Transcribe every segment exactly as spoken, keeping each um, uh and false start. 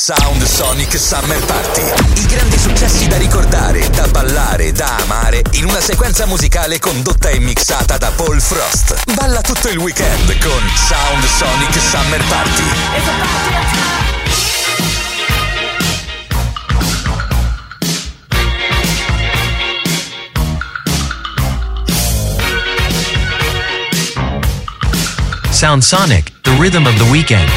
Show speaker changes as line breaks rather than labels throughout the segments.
Sound Sonic Summer Party. I grandi successi da ricordare, da ballare, da amare, in una sequenza musicale condotta e mixata da Paul Frost. Balla tutto il weekend con Sound Sonic Summer Party.
Sound Sonic, the rhythm of the weekend.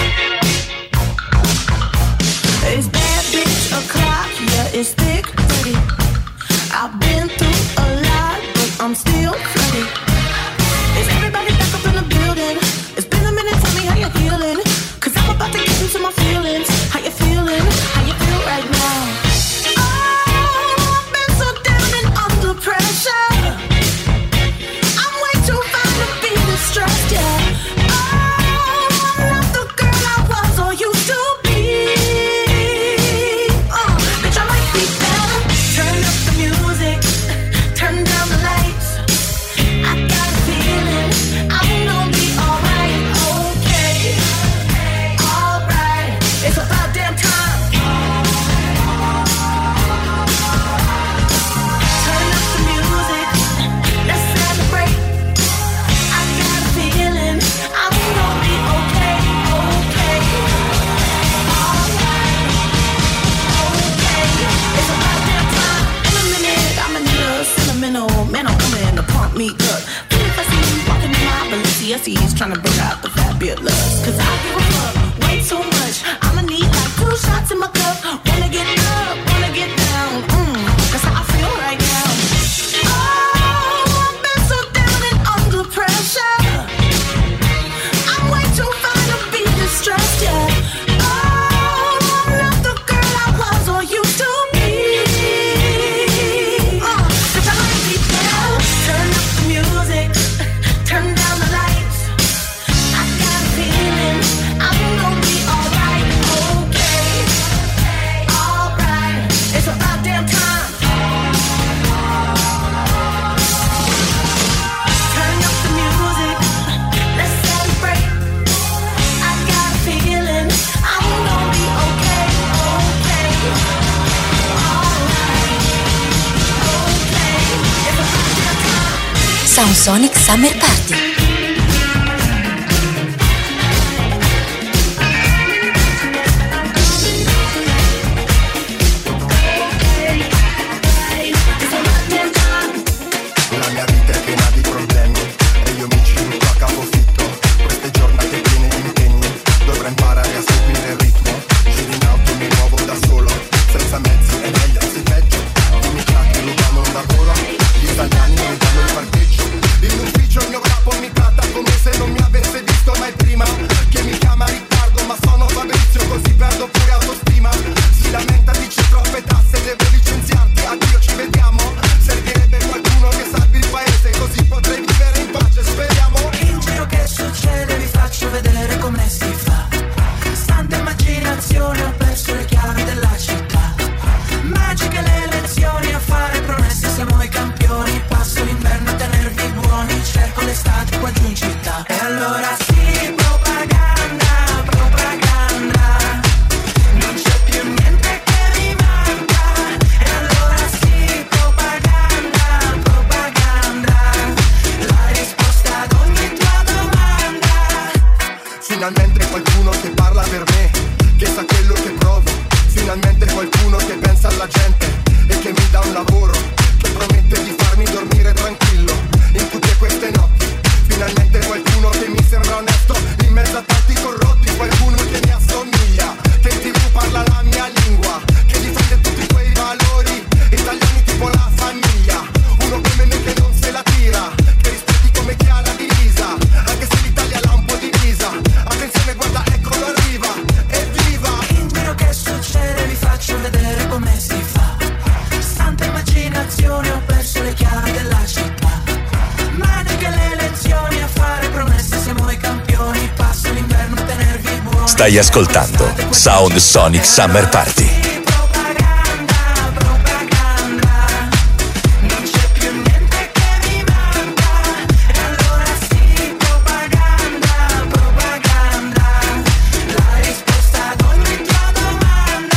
It's bad bitch o'clock, yeah, it's thick, pretty. I've been through a lot, but I'm still ready. Is everybody back up in the building? It's been a minute, tell me how you're feeling. Cause I'm about to get into my feelings. How you feeling? How you feel right now? Oh, I've been so down and under pressure. I'm way too fine to be distressed, yeah.
He's trying to bring out the fabulous. Cause I give a fuck way too much. I'ma need like two shots in my cup. Wanna get up, wanna get down. Mmm, that's how I feel right now. Oh, I've been so down and under pressure. I'm way too fine to be distressed, yeah. Oh, I'm not the girl I was or used to be. Uh, cause I might be down. Turn up the music. Turn down the light.
Sound Sonic Summer Party.
Finalmente qualcuno che parla per me, che sa quello che provo. Finalmente qualcuno che pensa alla gente e che mi dà un lavoro, che promette di farmi dormire tranquillo in tutte queste notti. Finalmente qualcuno che mi sembra onesto in mezzo a tanti corrotti. Qualcuno che mi assomiglia, che in tv parla la mia lingua, che difende tutti quei valori italiani tipo la famiglia. Uno come me che non se la tira, che rispetti come Chiara divisa, anche se l'Italia l'ha un po' divisa. Attenzione, guarda, eccolo arriva, evviva!
In giro che succede vi faccio vedere come si fa. Tanta immaginazione, ho perso le chiavi della città. Magiche le lezioni, a fare promesse siamo i campioni. Passo l'inverno a tenervi buoni.
Stai ascoltando Sound Sonic Summer Party.
Finalmente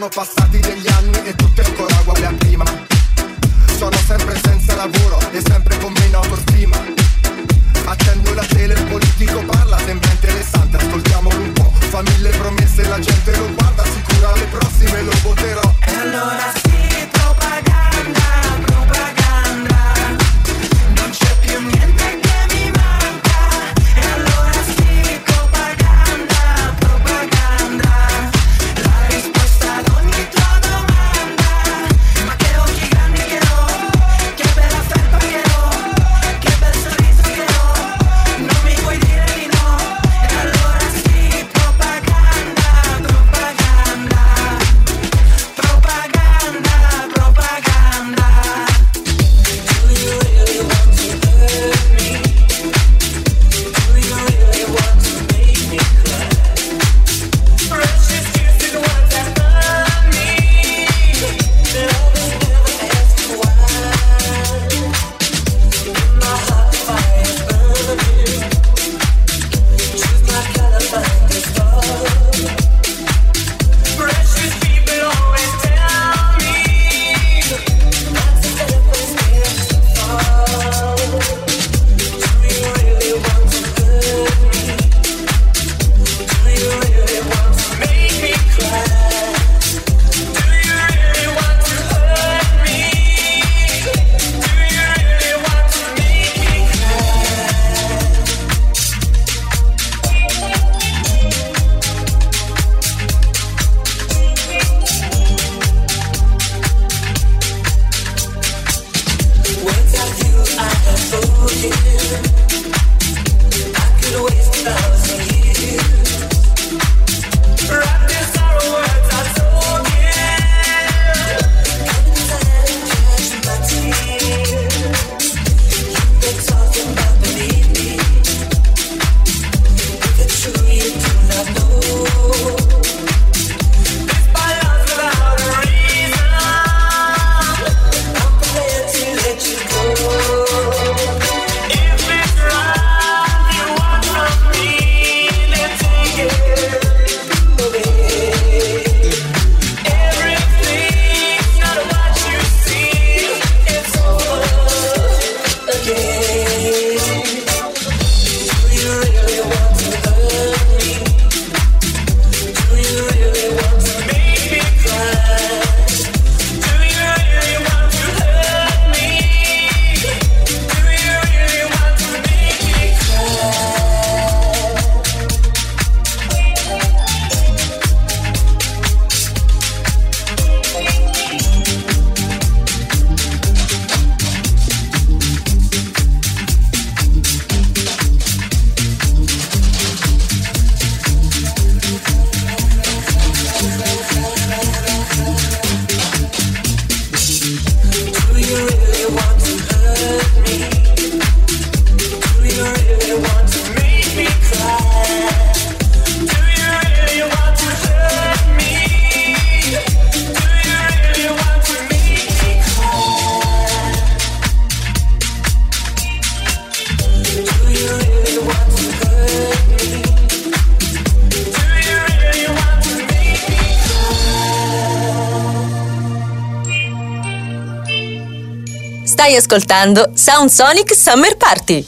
Sono passati degli anni e tutto è ancora uguale a prima. Sono sempre senza lavoro e sempre con meno autostima. Accendo la tele, il politico parla, sembra interessante, ascoltiamolo un po'. Fa mille promesse, la gente lo guarda, sicura alle prossime lo voterò.
E allora sì, propaganda, propaganda, non c'è più niente che mi manca. E allora sì, propaganda, propaganda, la risposta ad ogni tua domanda. Ma che occhi grandi che ho, che bella felpa che ho, che bel sorriso che ho, non mi puoi dire di no. E allora sì, propaganda, propaganda, propaganda, propaganda. Do you really want to hurt me? Do you really want to make me cry? Precious kisses, words that burn me. They always never ask why. In my heart, fire burning. Choose my color, find the star. Precious people always tell me that's the better place to fall. Do you really want to hurt me? Do you really want to make me cry? Do you really want to hurt me? Do you really want to make me cry? Without you, I have spoken. I could waste a thousand years. Wrapped in sorrow, words I've spoken. Come inside and catch my tears. You've been talking about beneath me. If it's true, you do not know. It's my love without a reason. I'm prepared to let you go. If it's right you want from me, then take it away. Everything's not what you see. It's over again. Do you really want to hurt me? Do you really want to make me cry? Do you really want to hurt me? Do you really want to make me cry? Do you really want to hurt me? Do you really want to make me cry? Do you really want to hurt me? Do you really want to make me cry? Do you really want to hurt me? Do you really want to make me cry?
Stai ascoltando Sound Sonic Summer Party.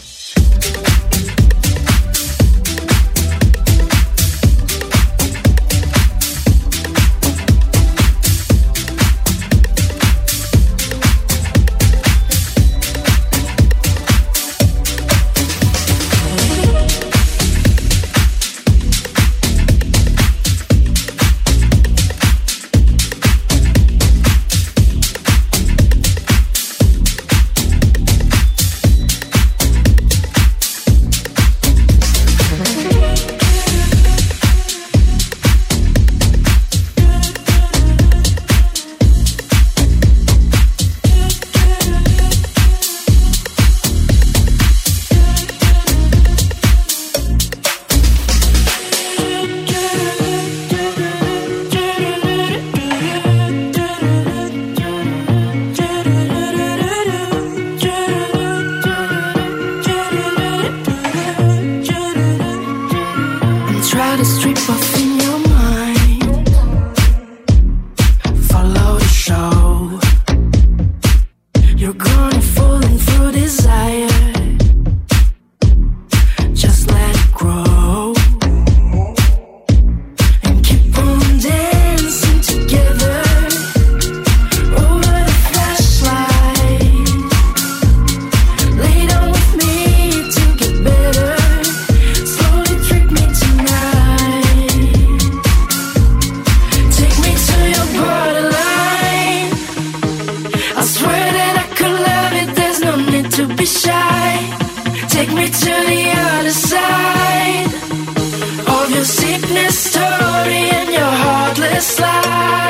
to the other side of your sickness story and your heartless life.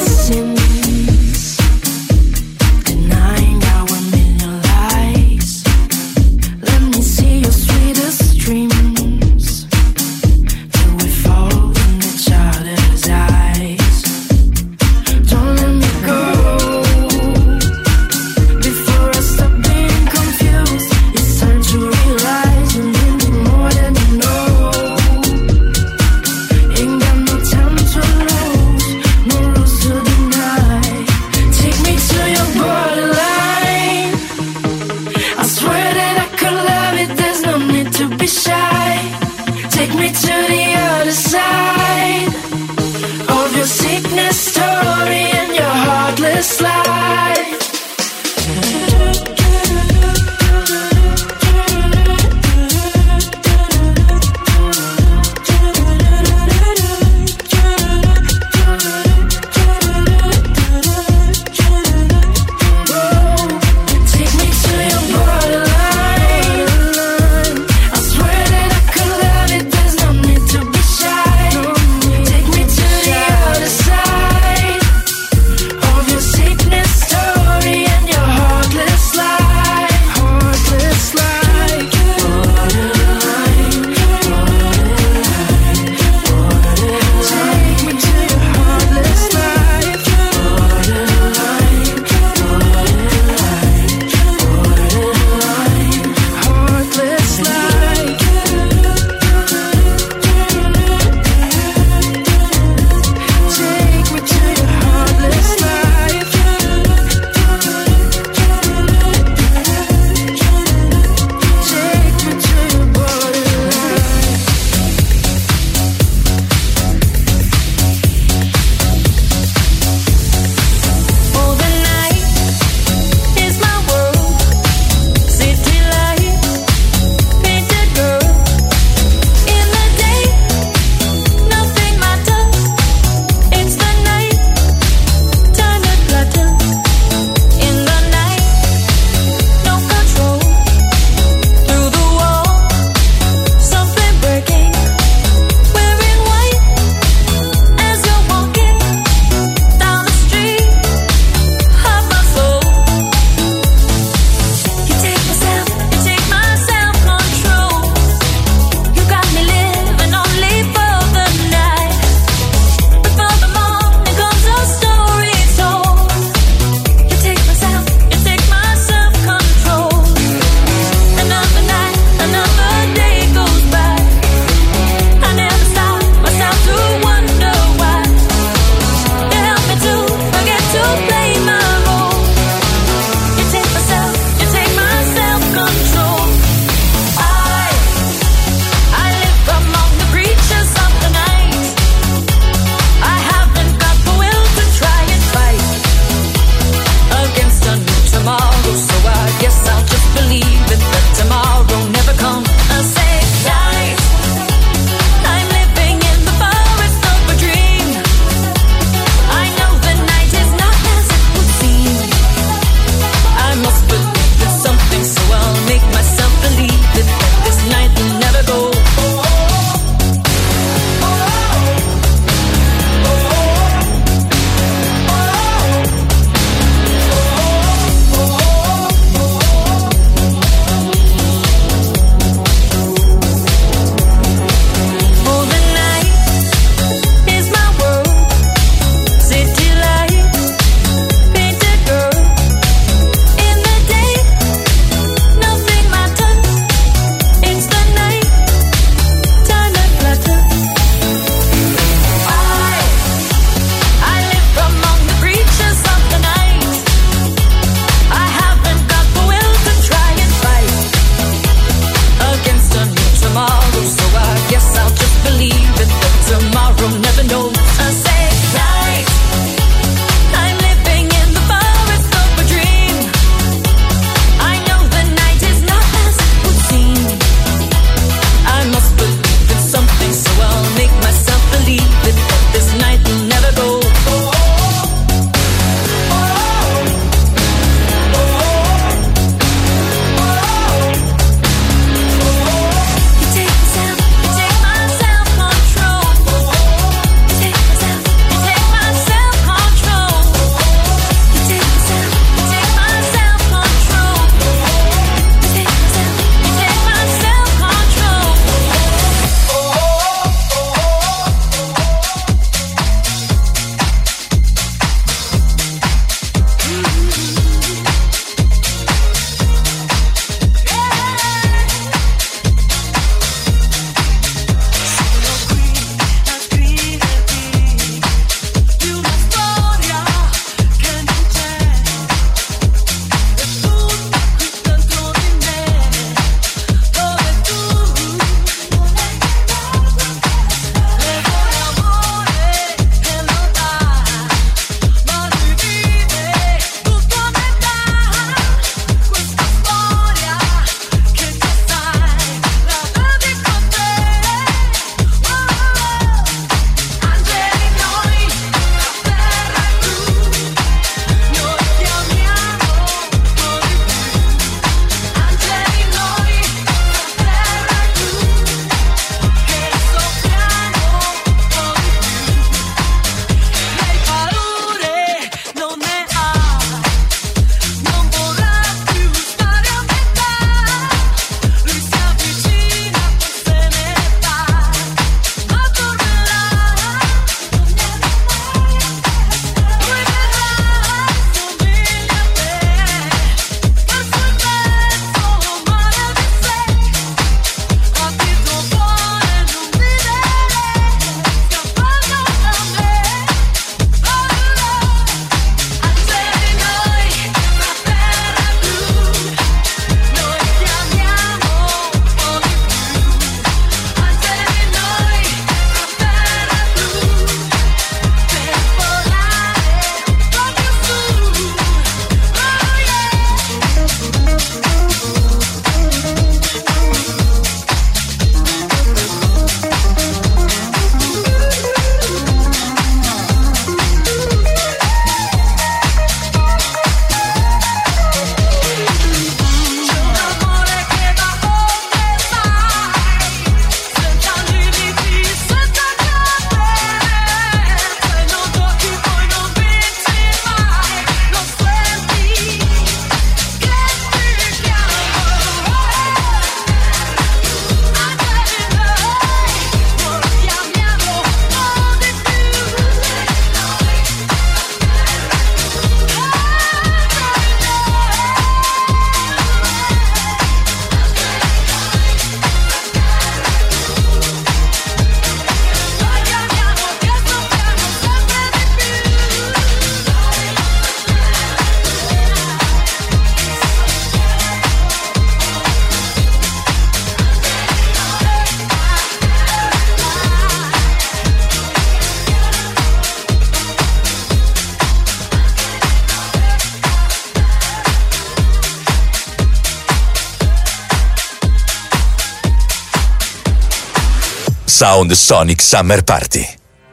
Denying our million lies.
Sound Sonic Summer Party.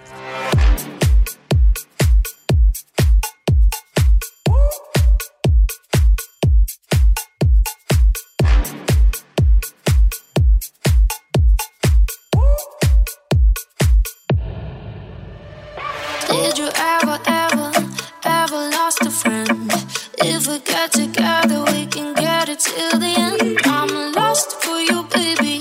Did you ever, ever, ever lost a friend? If we get together, we can get it till the end. I'm lost for you, baby.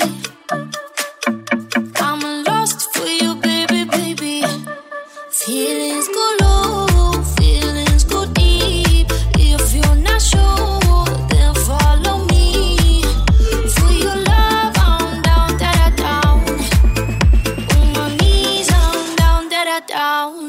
I'm lost for you, baby, baby. Feelings go low, feelings go deep. If you're not sure, then follow me. For your love, I'm down, da da down. On my knees, I'm down, da da down.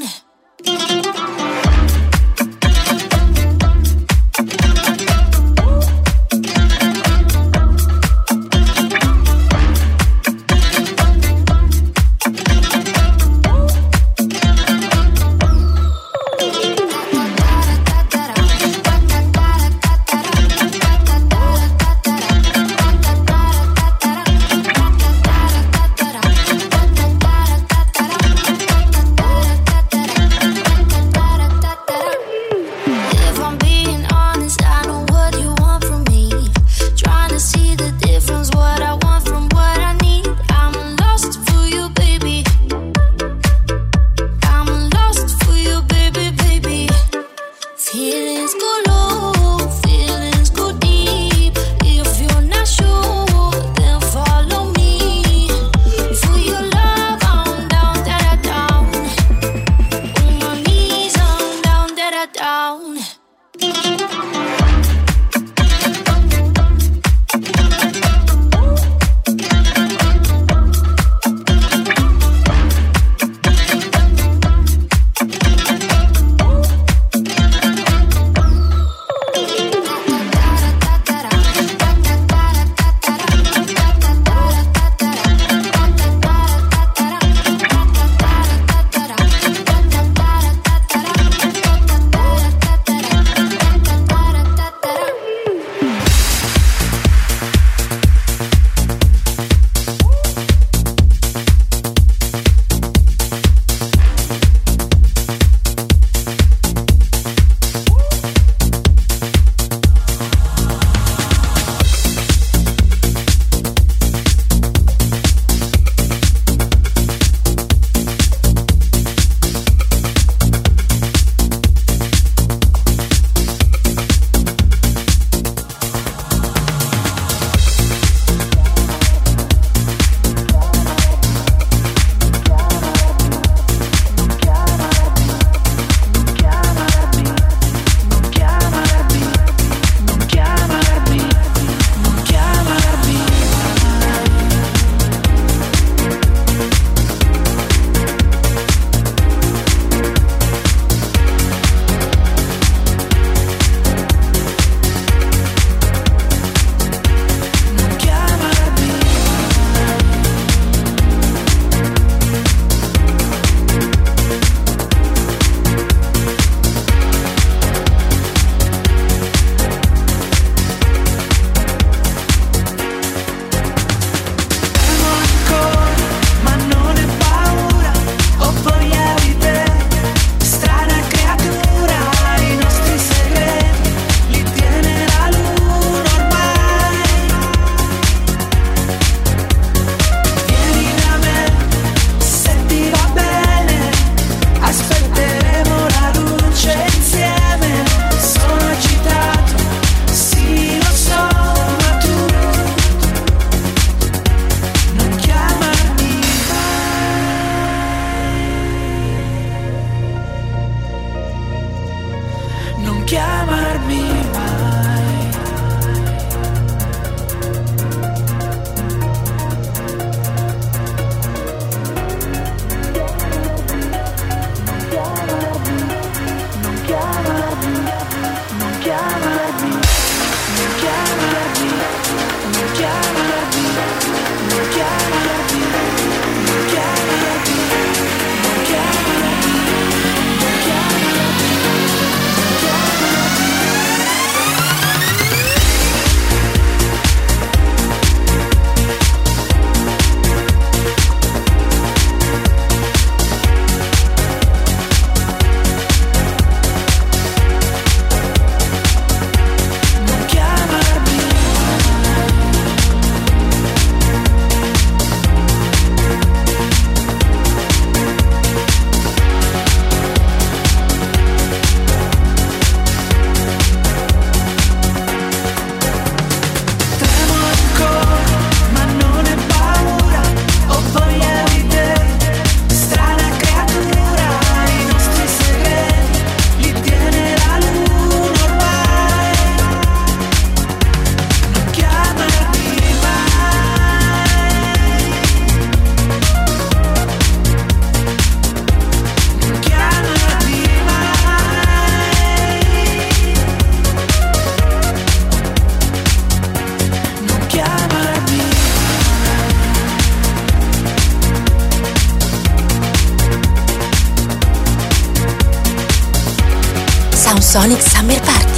Sonic Summer Party.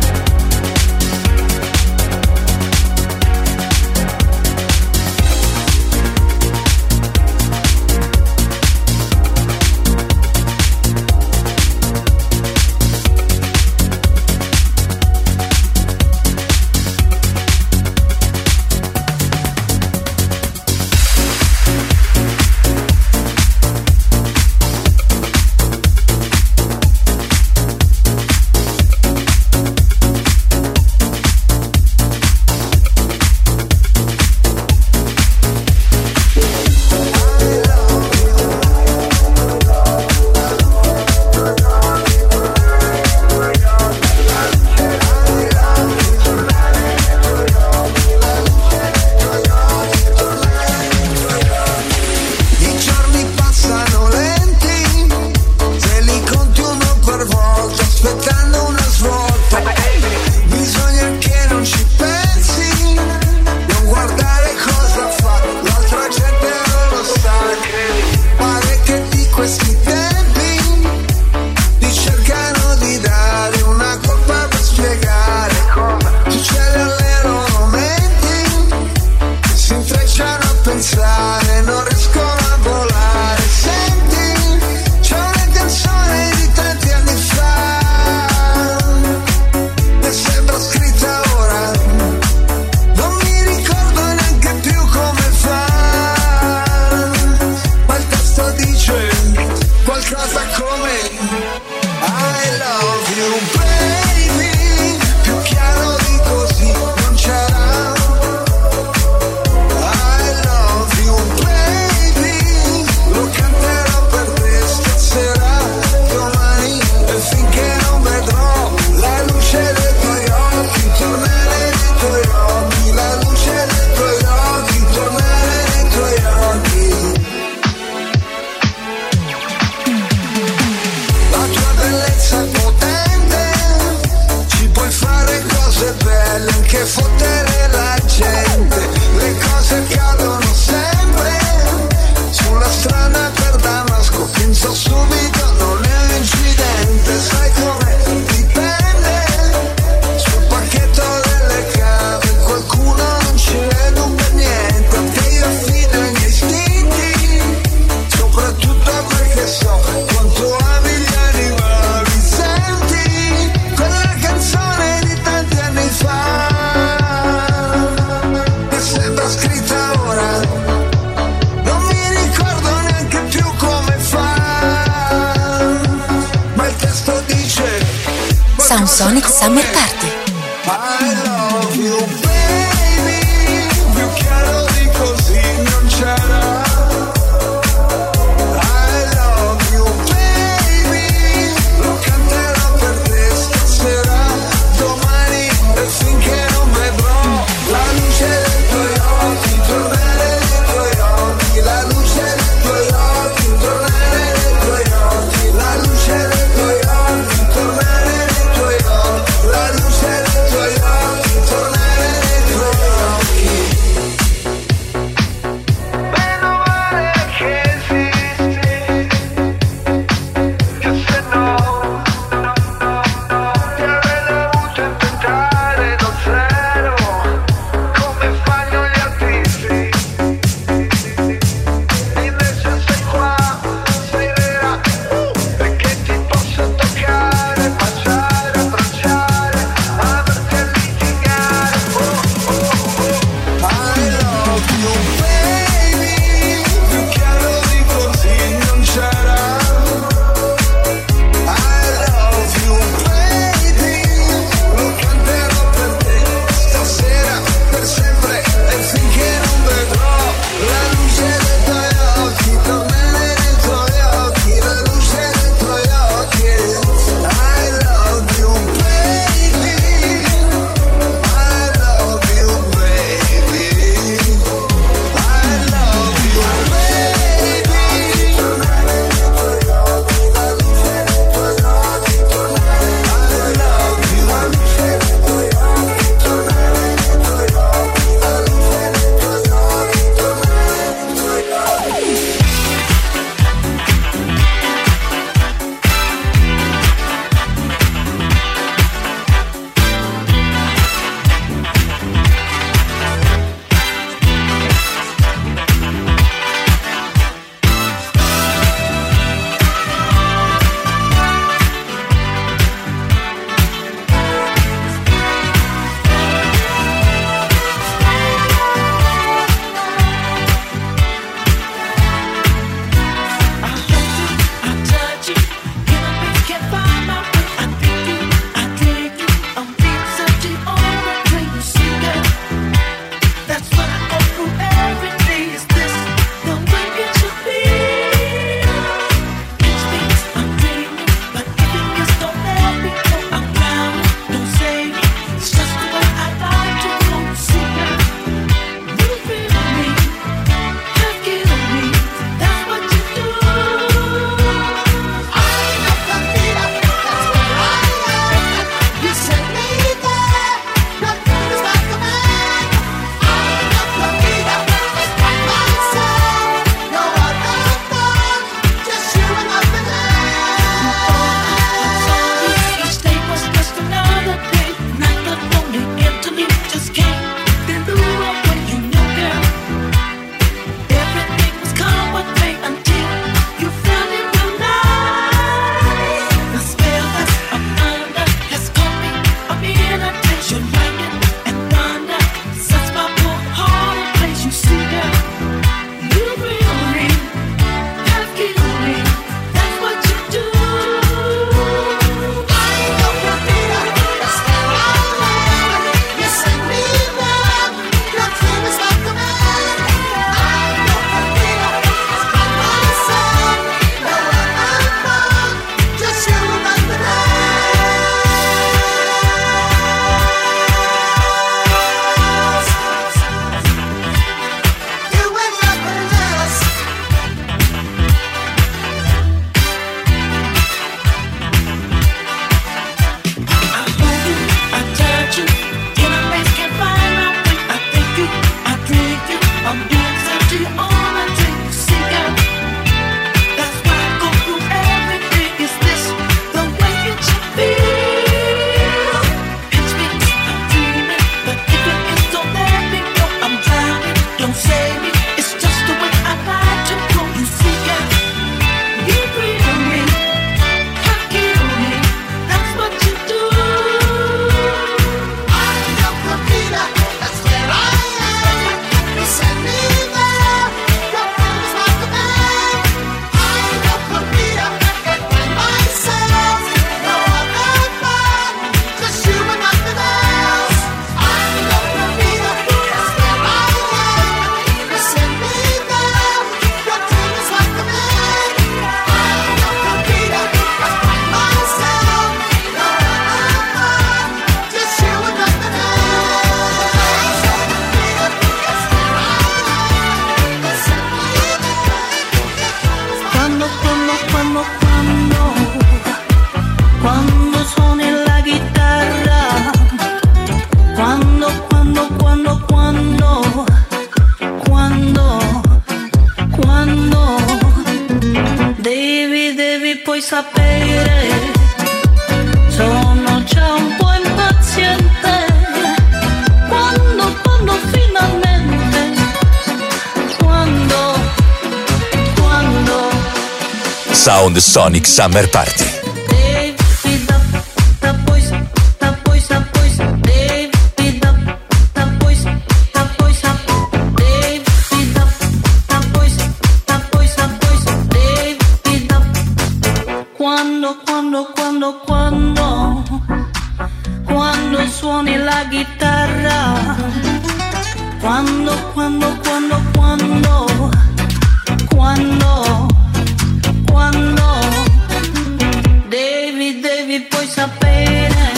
Sonic Summer Party.
I love you, baby. Più chiaro di così non c'era. I love you, baby. Lo canterò per te stasera, domani e finché non vedrò la luce dei tuoi occhi, tornare nei tuoi occhi, la luce dei tuoi occhi, tornare nei tuoi occhi, la luce dei tuoi occhi, tornare nei tuoi occhi, la luce dei tuoi occhi, tornare
quando, quando, quando suoni la chitarra, quando, quando, quando, quando, quando, quando, devi, devi poi sapere, sono già un po' impaziente, quando, quando finalmente, quando, quando
Sound Sonic Summer Party.
Quando, quando, quando, quando, quando suoni la chitarra, quando, quando, quando, quando, quando, quando, devi, devi poi sapere,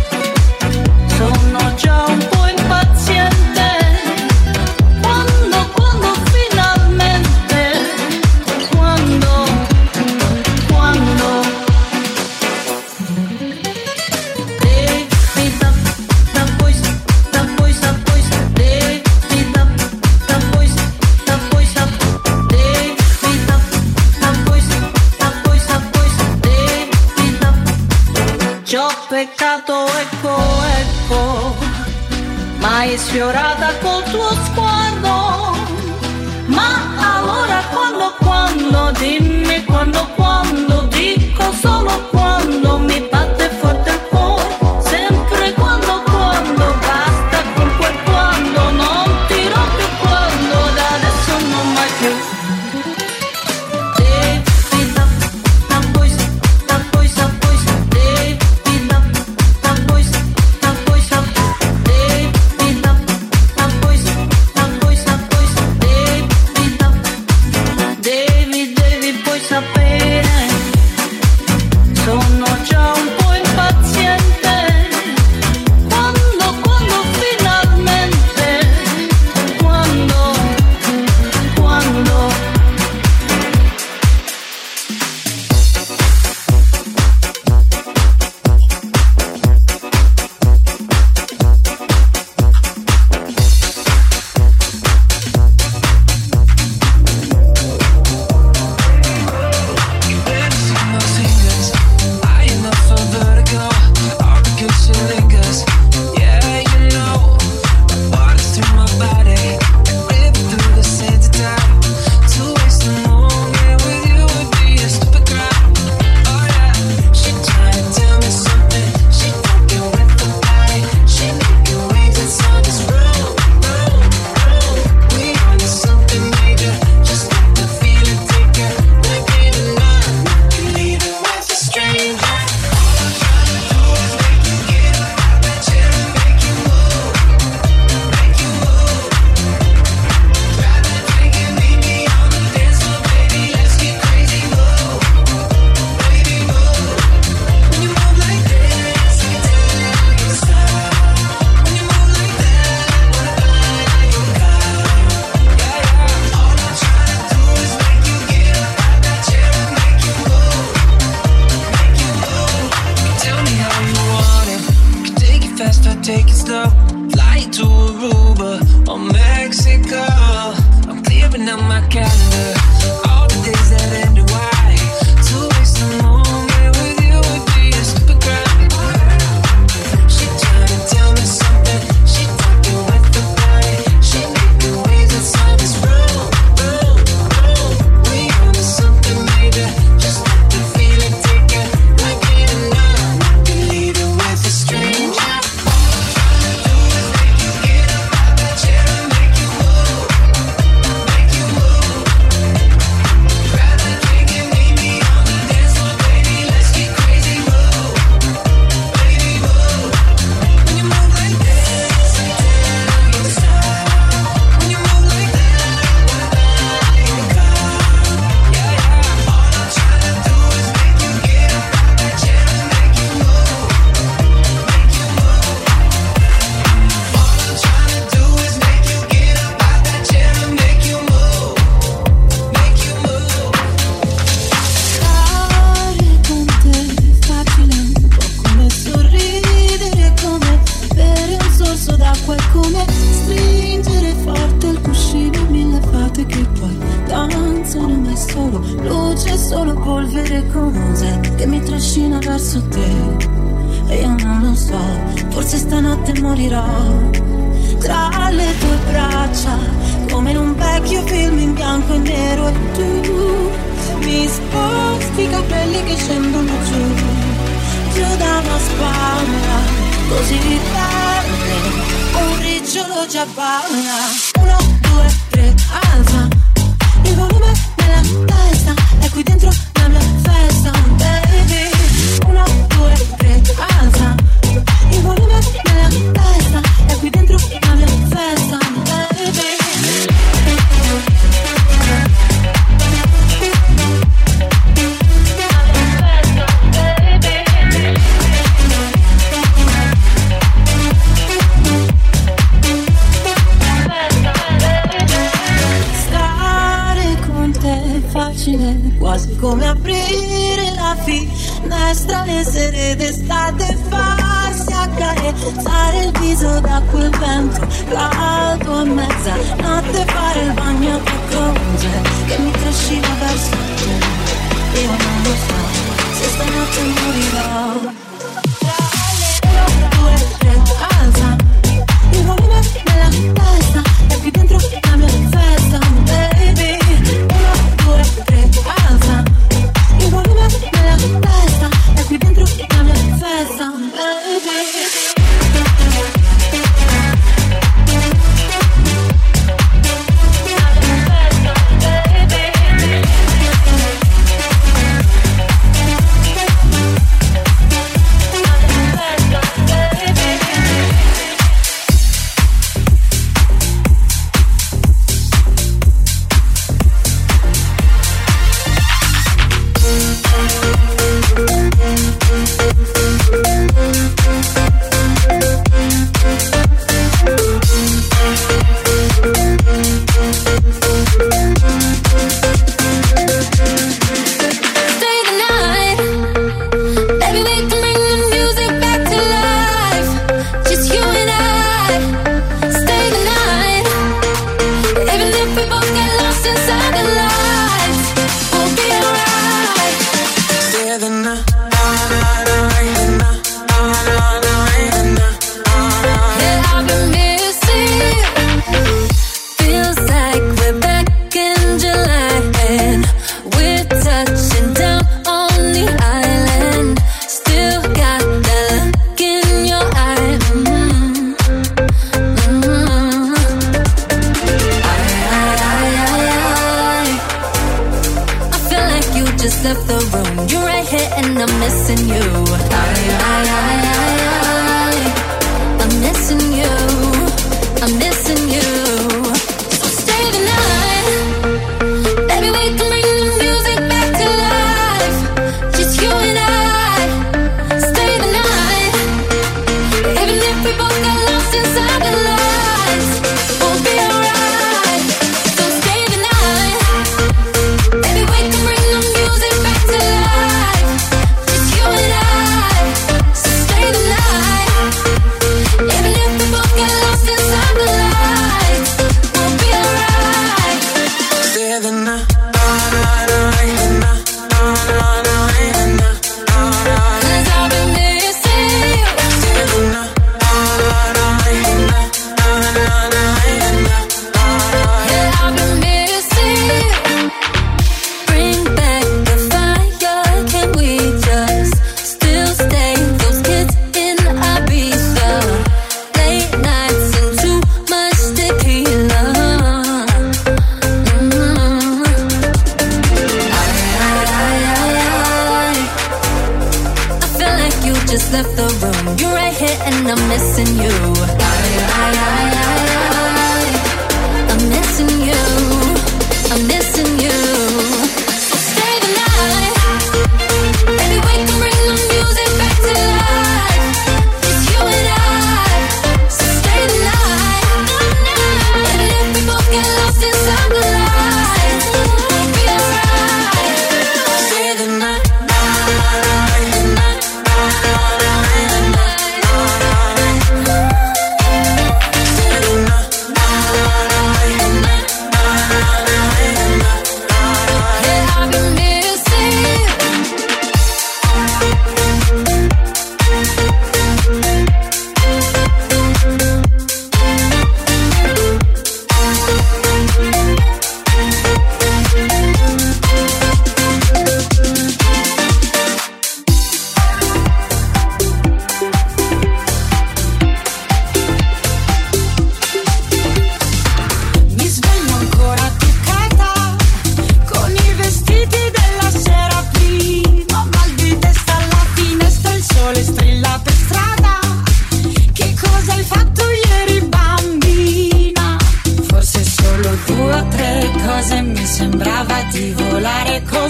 sono già un po' impaziente, quando, quando finalmente, quando, quando, devi da, da poi, da poi, da poi, devi da, da poi, da poi, da devi da, da poi, da poi, da poi, devi da, ci ho peccato, ecco, ecco, mai sfiorata col tuo sguardo, ma allora quando, quando, dimmi quando, quando, dico solo quando, mi batte forte il cuore, sempre quando, quando, basta con quel quando, non dirò più quando, da adesso non mai più. Devi da, da poi, da poi, da poi, devi da, da poi, da poi, da devi da, da poi, da poi, da poi, devi da, devi, devi poi sapere, sono già un po' impaziente, quando, quando finalmente, quando, quando.
Take it slow, fly to Aruba or Mexico. I'm clearing up my calendar, all the days that end in Y. To waste a moment with you would be a stupid crime. She trying to tell me something, she talking with the body, she making waves inside this room, room, room. We on to something major, just let the feeling take it, like it or not. You can leave it with a stranger.
solo polvere cose che mi trascina verso te. E io non lo so, forse stanotte morirò tra le tue braccia, come in un vecchio film in bianco e nero. E tu mi sposti i capelli che scendono giù, giù da una spalla, così tardi, un ricciolo già balla. Uno, due, tre, alza il volume nella testa, è qui dentro la mia festa, baby. Uno, due, tre, alza il volume nella testa, è qui dentro la mia festa, baby. Quasi come aprire la finestra le sere d'estate, farsi accarezzare il viso da quel vento caldo a mezzanotte, fare il bagno di cose che mi trascina verso te. Io non lo so se stanotte morirò. Uno, due, tre, alza il volume nella testa, è qui dentro la mia festa, baby. Uno, due, tre, alza il volume nella testa, è qui dentro la mia festa, baby.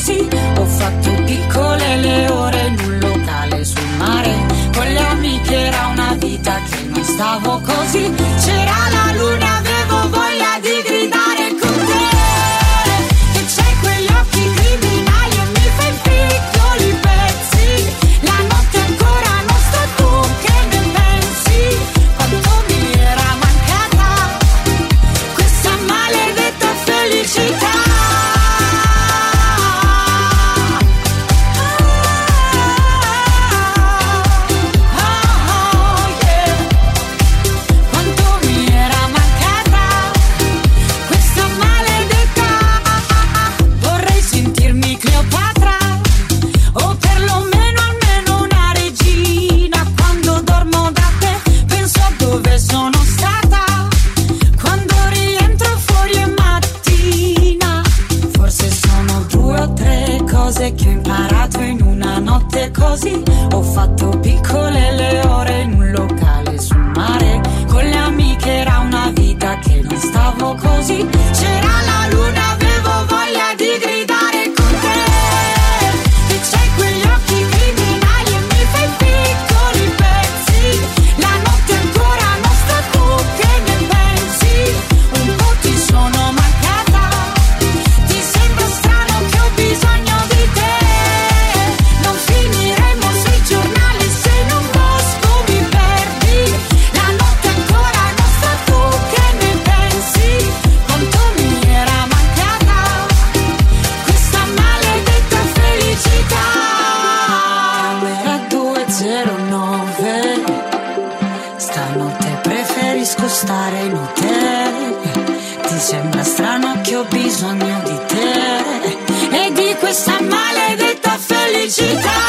così. Ho fatto piccole le ore in un locale sul mare, con le amiche era una vita che non stavo così. C'era la luna, avevo voglia di gridare con te, che c'hai quegli occhi criminali e mi fai piccoli pezzi. La notte ancora nostra, tu che ne pensi? Quanto mi era mancata questa maledetta felicità. Che ho imparato in una notte così. Ho fatto piccole le ore in un locale sul mare, con le amiche era una vita che non stavo così. C'era la luna, avevo voglia di gridare con te, che c'hai quegli occhi criminali e mi fai piccoli pezzi. La notte ancora nostra, tu che ne pensi? Un po' ti sono mancata, ti sembra strano che ho bisogno di stare in hotel. Ti sembra strano che ho bisogno di te e di questa maledetta felicità.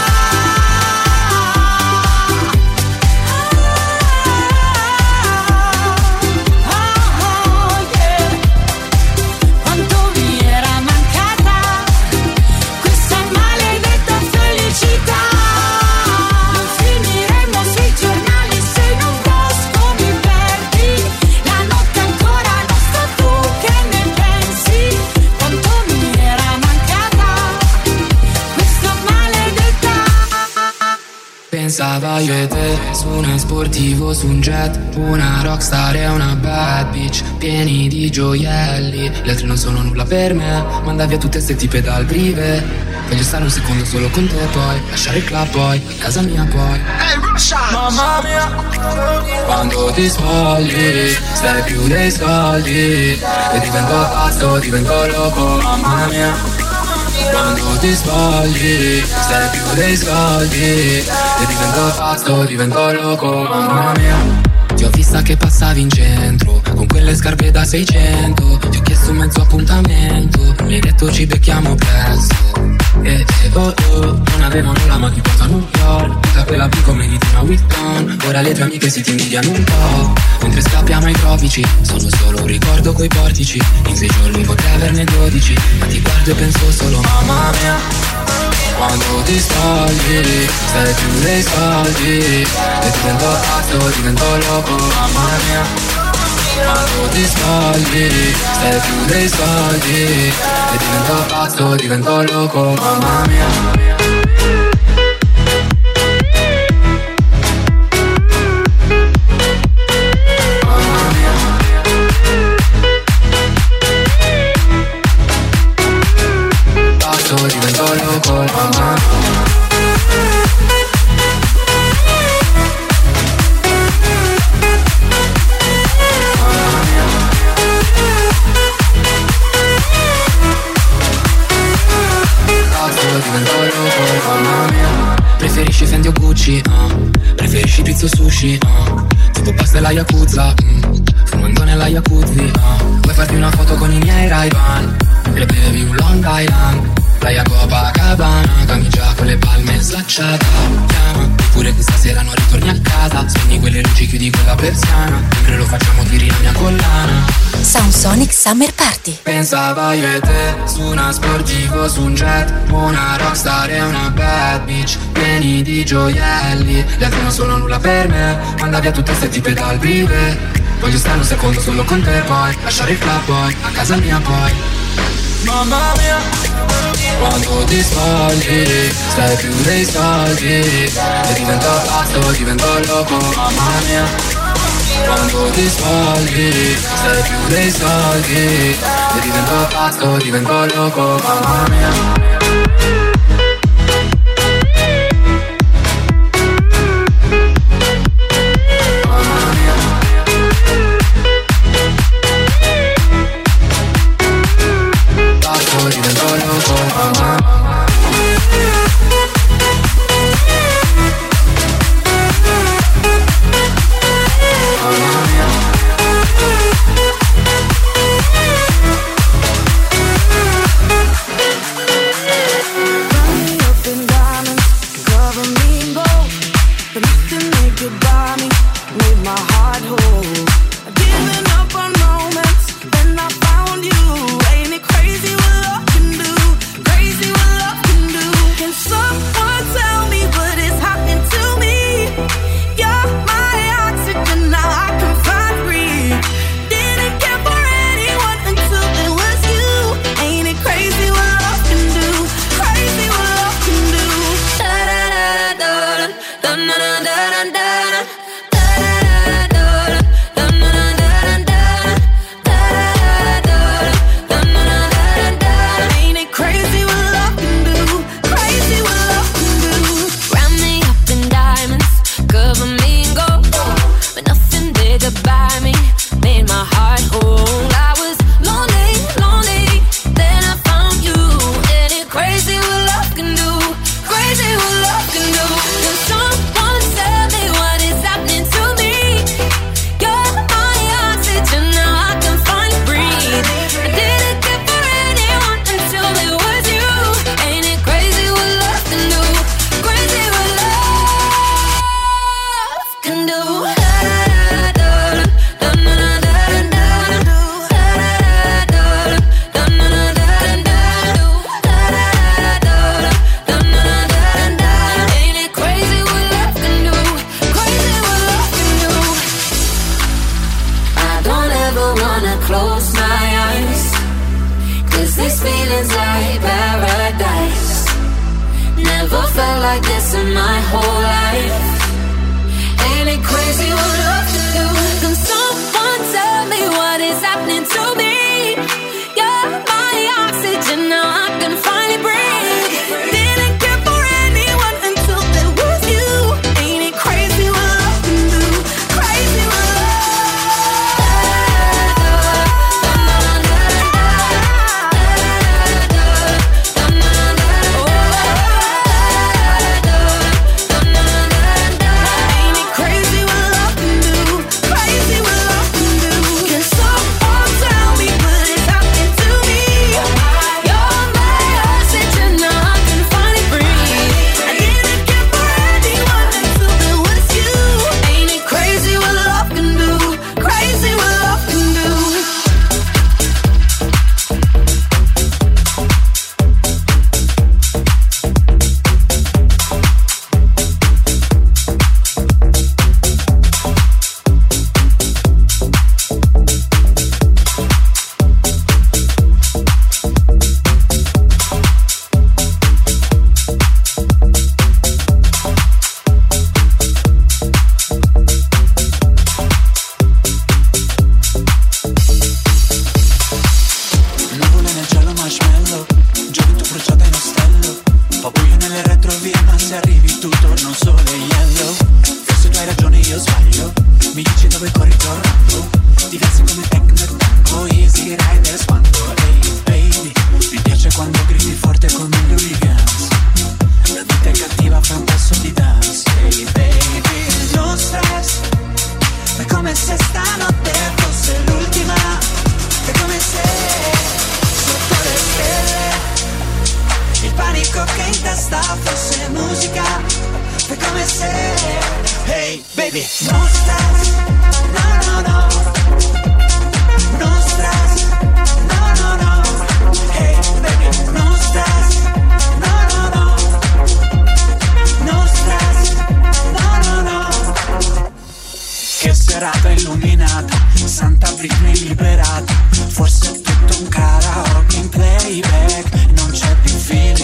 Pensava io e te, su un sportivo, su un jet, una rockstar e una bad bitch, pieni di gioielli. Le altre non sono nulla per me, manda via tutte ste tipe dal prive. Voglio stare un secondo solo con te, poi lasciare il club, poi a casa mia, poi hey, mamma mia, quando ti sbagli stai più dei soldi e divento pazzo, divento loco, mamma mia. Quando ti sbagli stai più dei soldi e divento pazzo, divento loco, mamma mia. Ti ho vista che passavi in centro con quelle scarpe da seicento, ti ho chiesto un mezzo appuntamento, mi hai detto ci becchiamo presto. E eh, oh, oh, non avevo nulla ma ti porto a New York, tutta quella B come di una Witton. Ora le tue amiche si ti invidiano un po', mentre scappiamo ai tropici. Sono solo un ricordo coi portici, in sei giorni potrei averne dodici, ma ti guardo e penso solo mamma mia. Quando ti sbagli stai più dei soldi e divento pazzo, divento loco, mamma mia. Quando ti sbagli stai più dei soldi e divento pazzo, divento loco, mamma mia. Divento loco, mamma. Divento loco, mamma mia. Preferisci Fendi o Gucci, uh. Preferisci pizza o sushi, uh. Tipo pasta e la Yakuza, mm. Fumando nella Jacuzzi, uh. Vuoi farti una foto con i miei Ray-Ban e bevi un Long Island. Playa Copacabana, camicia con le palme slacciata. Chiama, pure questa sera non ritorni a casa. Spegni quelle luci, chiudi quella persiana. Mentre lo facciamo tiri la mia collana.
Soundsonic Summer Party.
Pensavo io e te, su una sportivo, su un jet, una rockstar e una bad bitch, pieni di gioielli. Le altre non sono nulla per me, manda via tutte ste tipe dal prive. Voglio stare un secondo solo con te, poi lasciare il club, poi a casa mia, poi mamma mia. Quando ti sbagli, stai più dei soldi e divento pazzo, divento loco, mamma mia. Quando ti sbagli, stai più dei soldi e divento pazzo, divento loco, mamma mia.
Forse è tutto un karaoke in playback, non c'è più fine.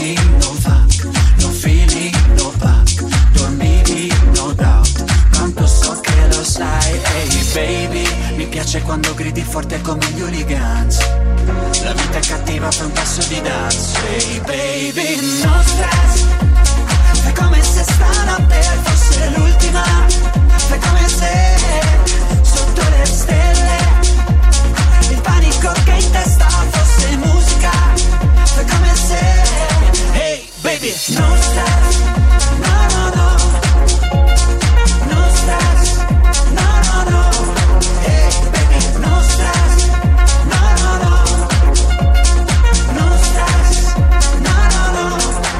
quando gridi forte come gli hooligans. La vita è cattiva, fai un passo di danza. Hey baby, no stress, fai come se stanotte fosse l'ultima. Fai come se sotto le stelle il panico che in testa fosse musica. Fai come se, hey baby, no stress, no no no, no stress, no no no, hey baby, no stress, no no no, no stress, no no no.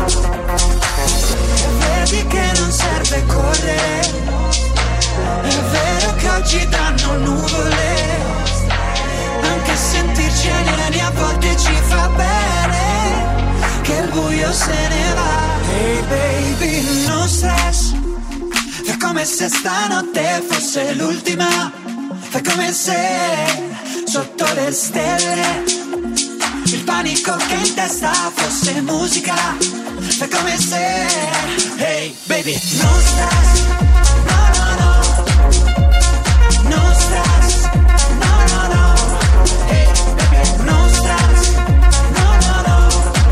E vedi che non serve correre, è vero che oggi danno nuvole, anche sentirci alieni a volte ci fa bene, che il buio se ne va. Hey baby, no stress, fai come se stanotte fosse l'ultima. Fai come se sotto le stelle il panico che in testa fosse musica. Fai come se, hey baby, no stress, no no no, no stress, no no no, hey baby, no stress, no no no,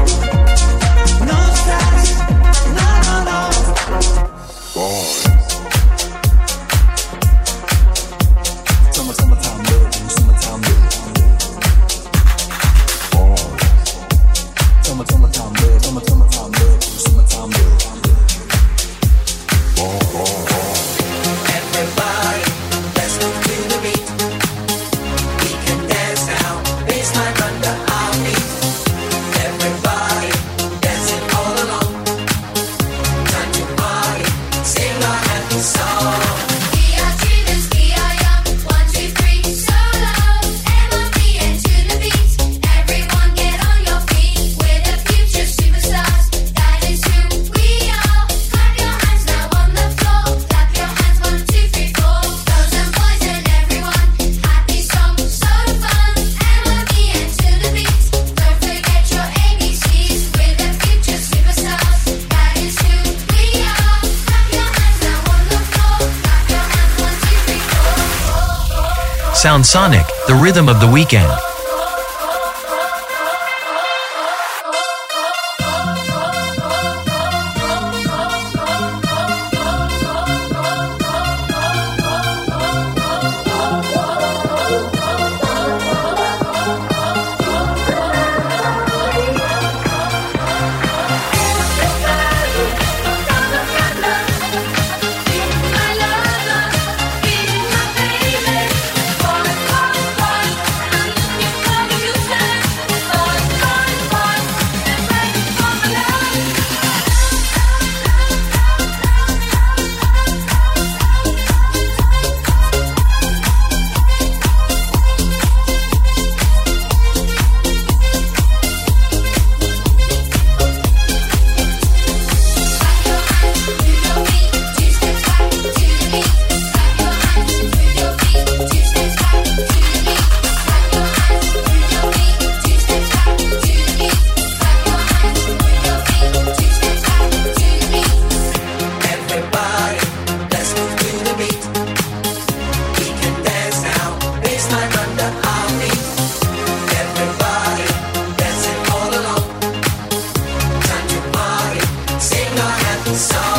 no stress, no no no. Summer, summertime love, summertime love. Summer, summertime love, summer, summertime love, summertime love. Everybody, let's move to the beat. We can dance now, baseline under our feet. Everybody, dancing all along. Time to party, sing our happy song.
We are dreamers, we are young. One, two, three, solo. M O B and to the beat. Everyone get on your feet. We're the future superstars. That is who we are. Clap your hands now on the floor. Clap your hands, one, two, three, four. Girls and boys and everyone. Happy song, so fun. M O B and to the beat. Don't forget your A B Cs. We're the future superstars. That is who we are. Clap your hands now on the floor. Clap your hands, one, two, three, four.
Sound Sonic, the rhythm of the weekend.
Everybody, let's move to the beat. We can dance now, baseline under our feet. Everybody, dancing all along. Time to party, sing our happy song.